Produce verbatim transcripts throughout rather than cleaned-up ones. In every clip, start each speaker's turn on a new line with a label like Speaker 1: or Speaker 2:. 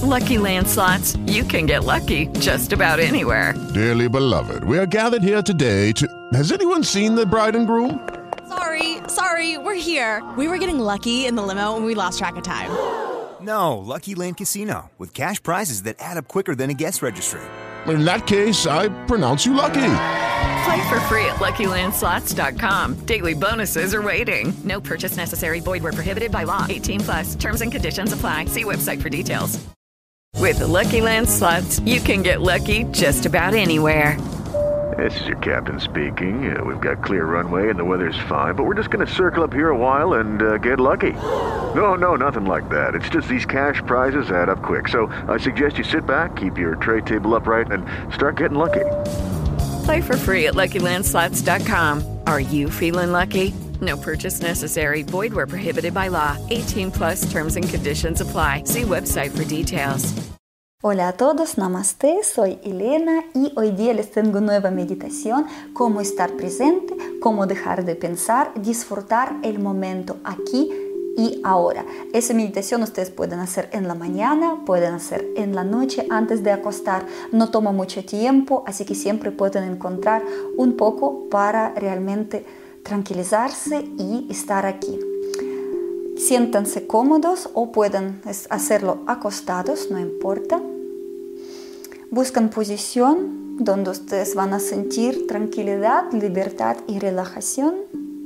Speaker 1: Lucky Land Slots, you can get lucky just about anywhere.
Speaker 2: Dearly beloved, we are gathered here today to... Has anyone seen the bride and groom?
Speaker 3: Sorry, sorry, we're here. We were getting lucky in the limo and we lost track of time.
Speaker 4: No, Lucky Land Casino, with cash prizes that add up quicker than a guest registry.
Speaker 2: In that case, I pronounce you lucky.
Speaker 1: Play for free at Lucky Land Slots dot com. Daily bonuses are waiting. No purchase necessary. Void where prohibited by law. eighteen plus. Terms and conditions apply. See website for details. With the Lucky Land Slots, you can get lucky just about anywhere.
Speaker 5: This is your captain speaking. Uh, we've got clear runway and the weather's fine, but we're just going to circle up here a while and uh, get lucky. No, no, nothing like that. It's just these cash prizes add up quick. So I suggest you sit back, keep your tray table upright, and start getting lucky.
Speaker 1: Play for free at Lucky Land Slots dot com. Are you feeling lucky? No purchase necessary. Void where prohibited by law. eighteen plus terms and conditions apply. See website for details.
Speaker 6: Hola a todos, namaste, soy Elena y hoy día les tengo nueva meditación, cómo estar presente, cómo dejar de pensar, disfrutar el momento aquí y ahora. Esa meditación ustedes pueden hacer en la mañana, pueden hacer en la noche antes de acostar, no toma mucho tiempo, así que siempre pueden encontrar un poco para realmente tranquilizarse y estar aquí. Siéntanse cómodos o pueden hacerlo acostados, no importa. Buscan posición donde ustedes van a sentir tranquilidad, libertad y relajación.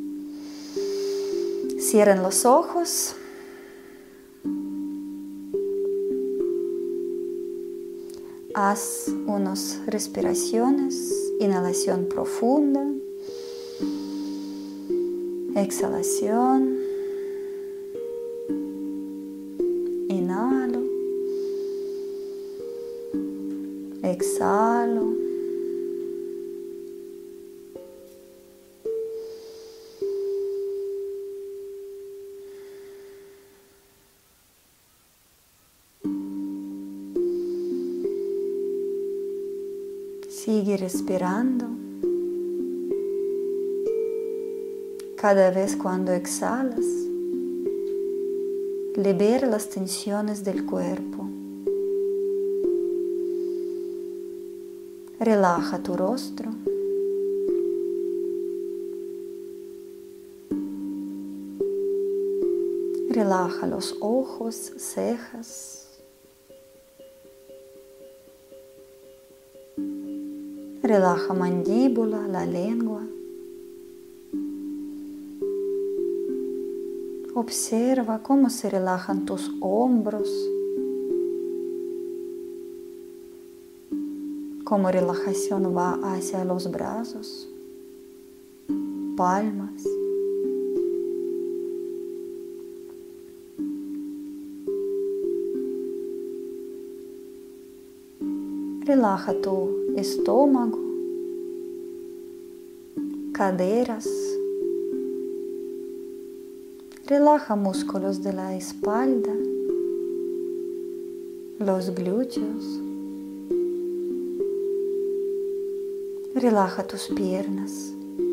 Speaker 6: Cierren los ojos. Haz unas respiraciones, inhalación profunda, exhalación. Inhalo, exhalo, sigue respirando. Cada vez cuando exhalas, libera las tensiones del cuerpo. Relaja tu rostro. Relaja los ojos, cejas. Relaja mandíbula, la lengua. Observa cómo se relajan tus hombros, cómo relajación va hacia los brazos, palmas. Relaja tu estómago, caderas. Relaja músculos de la espalda, los glúteos. Relaja tus piernas,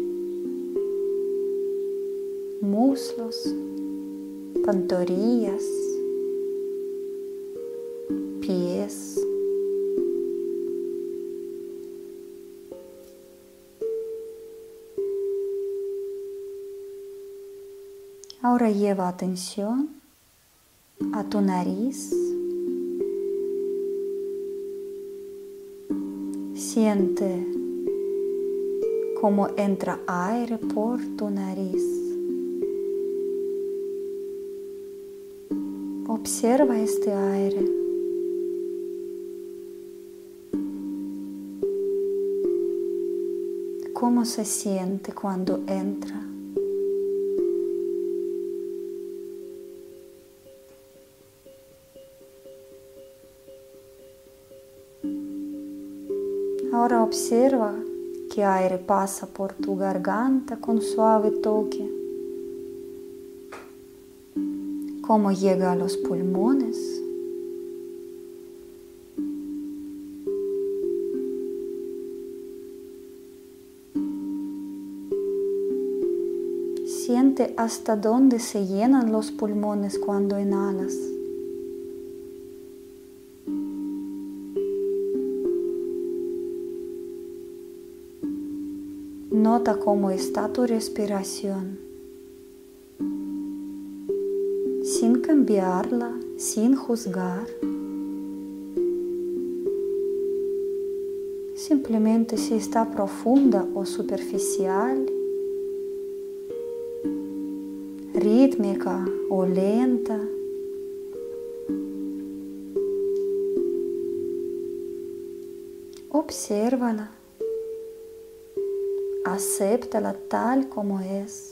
Speaker 6: muslos, pantorrillas, pies. Ahora lleva atención a tu nariz. Siente cómo entra aire por tu nariz. Observa este aire. ¿Cómo se siente cuando entra? Ahora observa que aire pasa por tu garganta con suave toque, cómo llega a los pulmones. Siente hasta dónde se llenan los pulmones cuando inhalas. Nota cómo está tu respiración, sin cambiarla, sin juzgar. Simplemente si está profunda o superficial, rítmica o lenta. Obsérvala, acéptala tal como es.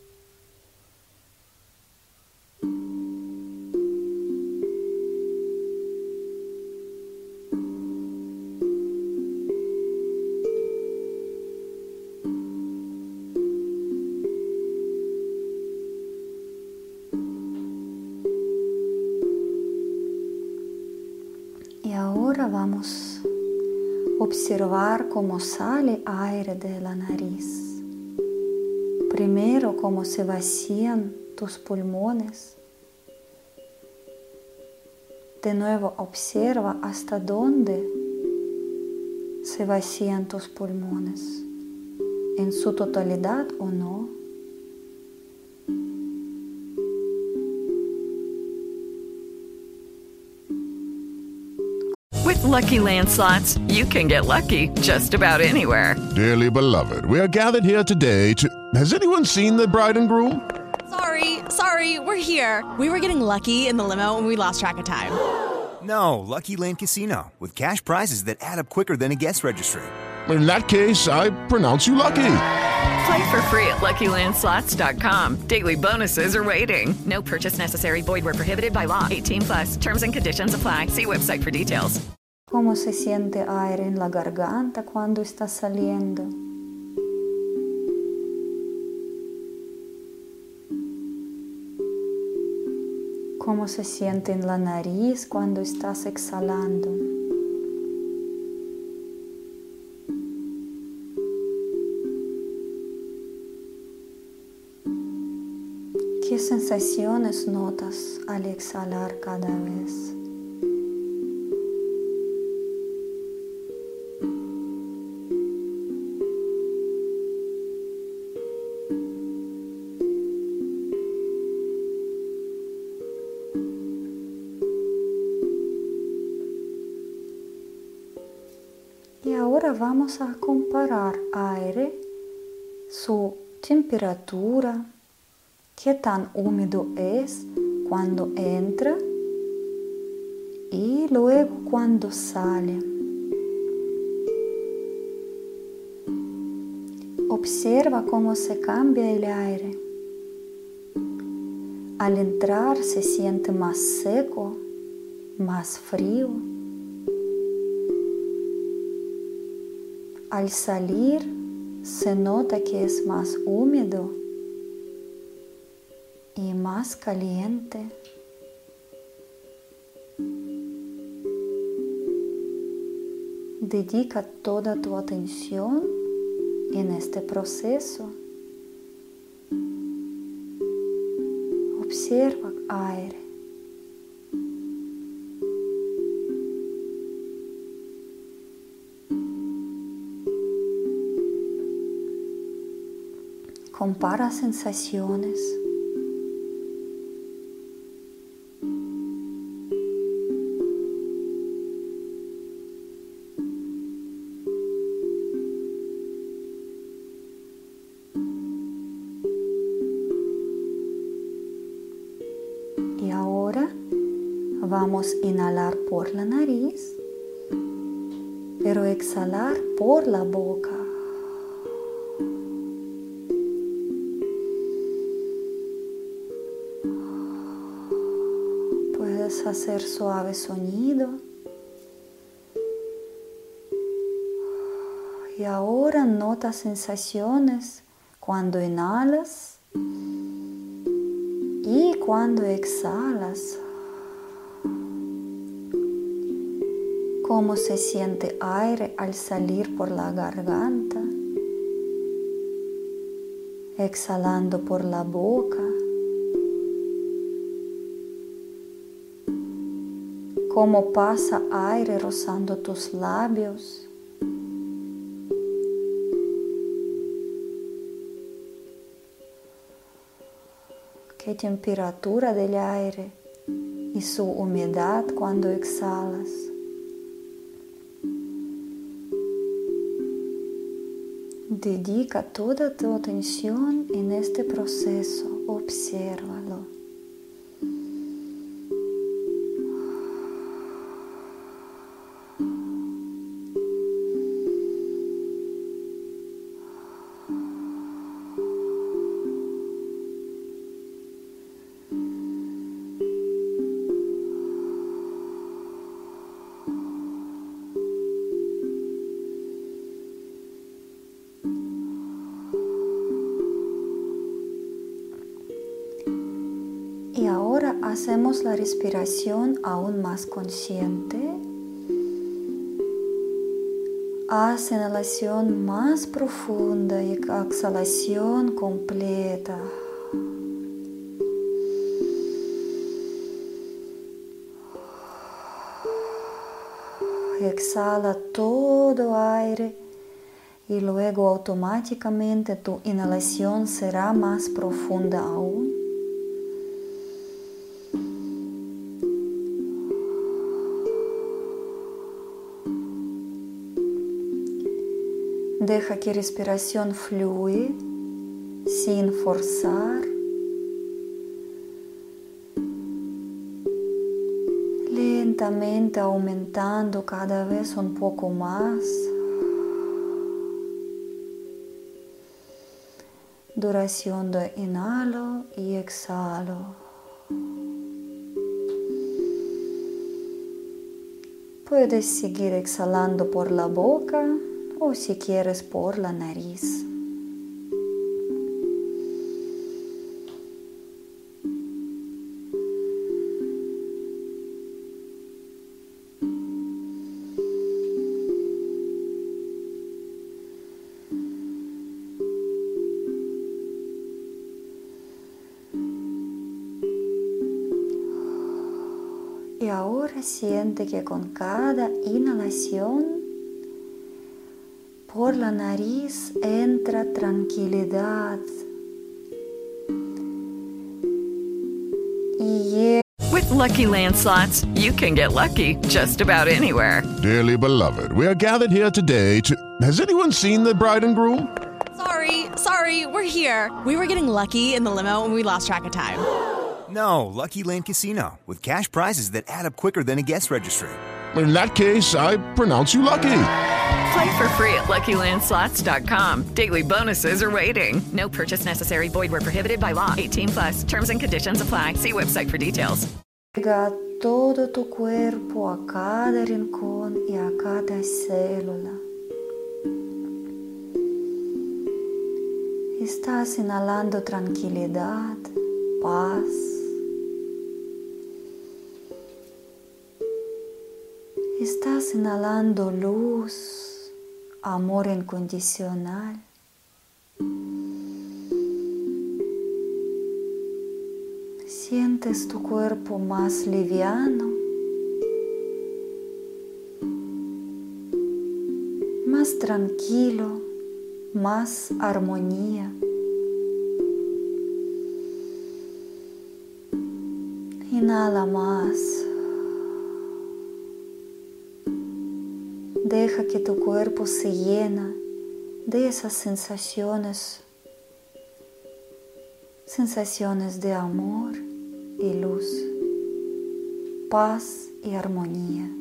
Speaker 6: Y ahora vamos a observar cómo sale aire de la nariz. Primero, cómo se vacían tus pulmones. De nuevo, observa hasta dónde se vacían tus pulmones, en su totalidad o no.
Speaker 1: With Lucky Land Slots, you can get lucky just about anywhere.
Speaker 2: Dearly beloved, we are gathered here today to... Has anyone seen the bride and groom?
Speaker 3: Sorry, sorry, we're here. We were getting lucky in the limo and we lost track of time.
Speaker 4: No, Lucky Land Casino, with cash prizes that add up quicker than a guest registry.
Speaker 2: In that case, I pronounce you lucky.
Speaker 1: Play for free at Lucky Land Slots dot com. Daily bonuses are waiting. No purchase necessary. Void where prohibited by law. eighteen plus. Terms and conditions apply. See website for details.
Speaker 6: ¿Cómo se siente aire en la garganta cuando está saliendo? ¿Cómo se siente en la nariz cuando estás exhalando? ¿Qué sensaciones notas al exhalar cada vez? Y ahora vamos a comparar aire, su temperatura, qué tan húmedo es cuando entra y luego cuando sale. Observa cómo se cambia el aire. Al entrar se siente más seco, más frío. Al salir se nota que es más húmedo y más caliente. Dedica toda tu atención en este proceso. Observa aire. Compara sensaciones. Y ahora vamos a inhalar por la nariz, pero exhalar por la boca. Puedes hacer suave sonido. Y ahora nota sensaciones cuando inhalas y cuando exhalas. Cómo se siente aire al salir por la garganta, exhalando por la boca. Cómo pasa aire rozando tus labios. qué temperatura del aire y su humedad cuando exhalas. Dedica toda tu atención en este proceso, obsérvalo. Y ahora hacemos la respiración aún más consciente. Haz inhalación más profunda y exhalación completa. Exhala todo aire y luego automáticamente tu inhalación será más profunda aún. Deja que respiración fluya sin forzar. Lentamente aumentando cada vez un poco más. Duración de inhalo y exhalo. Puedes seguir exhalando por la boca o si quieres por la nariz. Y ahora siente que con cada inhalación por la nariz entra tranquilidad. Y
Speaker 1: With Lucky Land Slots, you can get lucky just about anywhere.
Speaker 2: Dearly beloved, we are gathered here today to... Has anyone seen the bride and groom?
Speaker 3: Sorry, sorry, we're here. We were getting lucky in the limo and we lost track of time.
Speaker 4: No, Lucky Land Casino, with cash prizes that add up quicker than a guest registry.
Speaker 2: In that case, I pronounce you lucky.
Speaker 1: Play for free at lucky land slots dot com. Daily bonuses are waiting. No purchase necessary. Void where prohibited by law. eighteen plus. Terms and conditions apply. See website for details.
Speaker 6: llega a todo tu cuerpo, a cada rincón y a cada célula. Estás inhalando tranquilidad, paz. Estás inhalando luz, amor incondicional. Sientes tu cuerpo más liviano, más tranquilo, más armonía. Inhala más. Deja que tu cuerpo se llene de esas sensaciones, sensaciones de amor y luz, paz y armonía.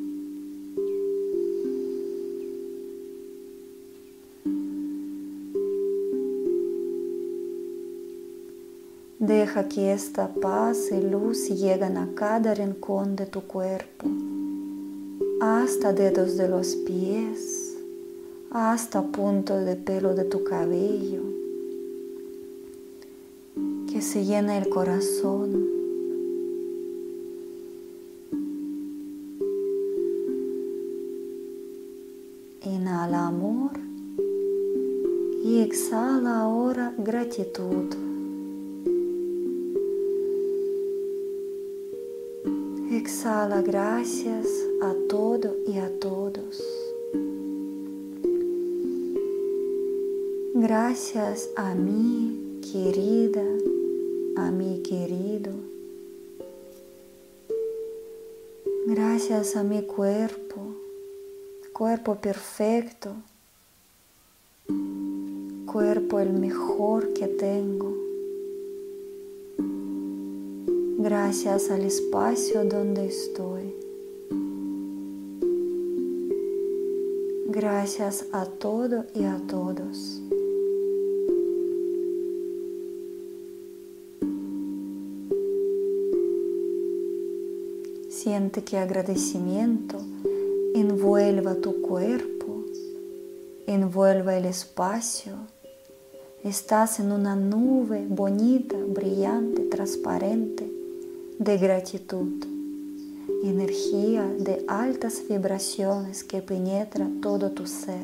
Speaker 6: Deja que esta paz y luz lleguen a cada rincón de tu cuerpo, hasta dedos de los pies, hasta punto de pelo de tu cabello, que se llene el corazón. Inhala amor y exhala ahora gratitud. Exhala gracias a todo y a todos. Gracias a mí, querida, a mi querido. Gracias a mi cuerpo, cuerpo perfecto, cuerpo el mejor que tengo. Gracias al espacio donde estoy. Gracias a todo y a todos. Siente que agradecimiento envuelva tu cuerpo, envuelva el espacio. Estás en una nube bonita, brillante, transparente de gratitud. Energía de altas vibraciones que penetra todo tu ser.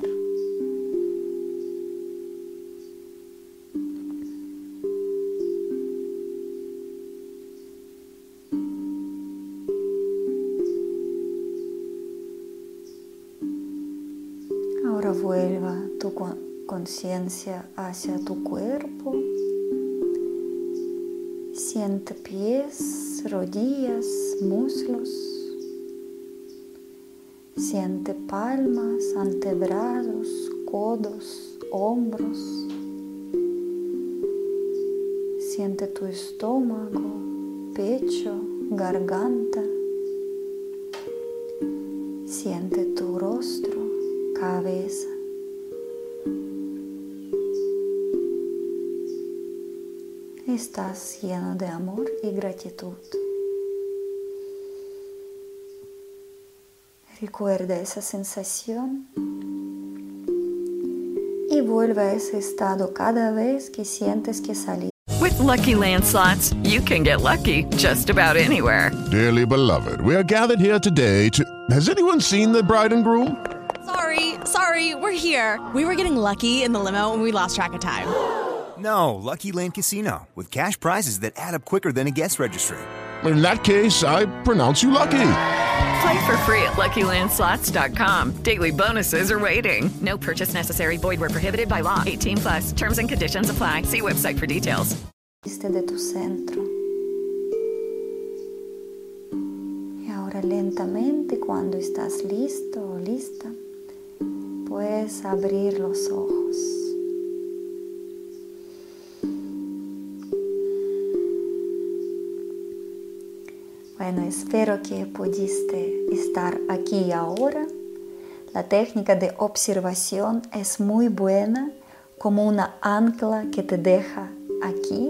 Speaker 6: Ahora vuelva tu conciencia hacia tu cuerpo. Siente pies, rodillas, muslos. Siente palmas, antebrazos, codos, hombros. Siente tu estómago, pecho, garganta. Siente tu rostro, cabeza. Estás lleno de amor y gratitud. Recuerda esa sensación y vuelve a ese estado cada vez que sientes que salir.
Speaker 1: With Lucky Land Slots, you can get lucky just about anywhere.
Speaker 2: Dearly beloved, we are gathered here today to... Has anyone seen the bride and groom?
Speaker 3: Sorry, sorry, we're here. We were getting lucky in the limo and we lost track of time.
Speaker 4: No, Lucky Land Casino, with cash prizes that add up quicker than a guest registry.
Speaker 2: In that case, I pronounce you lucky.
Speaker 1: Play for free at Lucky Land Slots dot com. Daily bonuses are waiting. No purchase necessary. Void where prohibited by law. eighteen plus. Terms and conditions apply. See website for details.
Speaker 6: De tu centro. Y ahora lentamente, cuando estás listo o lista, puedes abrir los ojos. Bueno, espero que pudiste estar aquí y ahora. La técnica de observación es muy buena como una ancla que te deja aquí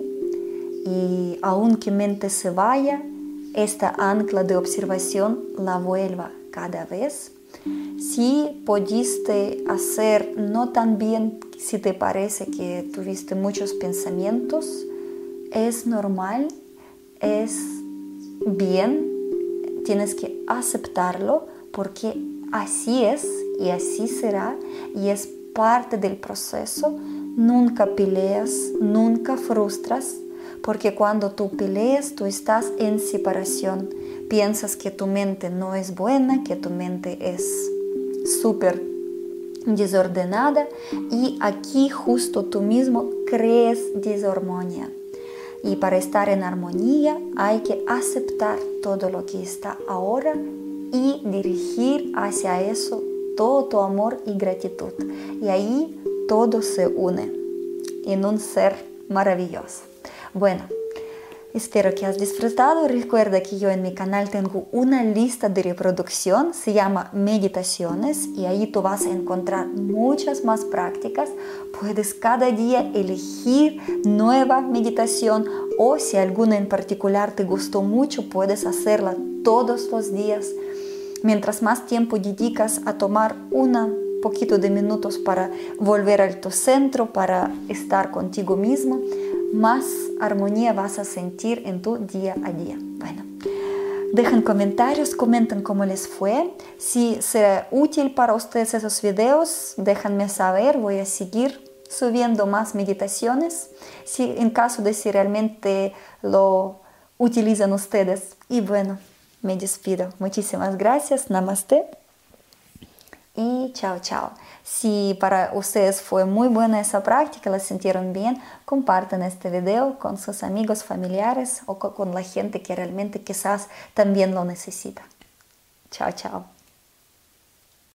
Speaker 6: y aunque mente se vaya, esta ancla de observación la vuelva cada vez. Si pudiste hacer no tan bien, si te parece que tuviste muchos pensamientos, es normal, es bien, tienes que aceptarlo porque así es y así será y es parte del proceso. Nunca peleas, nunca frustras, porque cuando tú peleas, tú estás en separación. Piensas que tu mente no es buena, que tu mente es súper desordenada y aquí justo tú mismo crees disarmonía. Y para estar en armonía hay que aceptar todo lo que está ahora y dirigir hacia eso todo tu amor y gratitud. Y ahí todo se une en un ser maravilloso. Bueno, espero que has disfrutado. Recuerda que yo en mi canal tengo una lista de reproducción, se llama Meditaciones, y ahí tú vas a encontrar muchas más prácticas. Puedes cada día elegir nueva meditación o si alguna en particular te gustó mucho, puedes hacerla todos los días. Mientras más tiempo dedicas a tomar un poquito de minutos para volver a tu centro, para estar contigo mismo, más armonía vas a sentir en tu día a día. Bueno, dejen comentarios, comenten cómo les fue. Si será útil para ustedes esos videos, déjenme saber, voy a seguir subiendo más meditaciones, si, en caso de si realmente lo utilizan ustedes. Y bueno, me despido. Muchísimas gracias. Namaste. y chao, chao. Si para ustedes fue muy buena esa práctica, la sintieron bien, compartan este video con sus amigos, familiares o con la gente que realmente quizás también lo necesita. Chao, chao.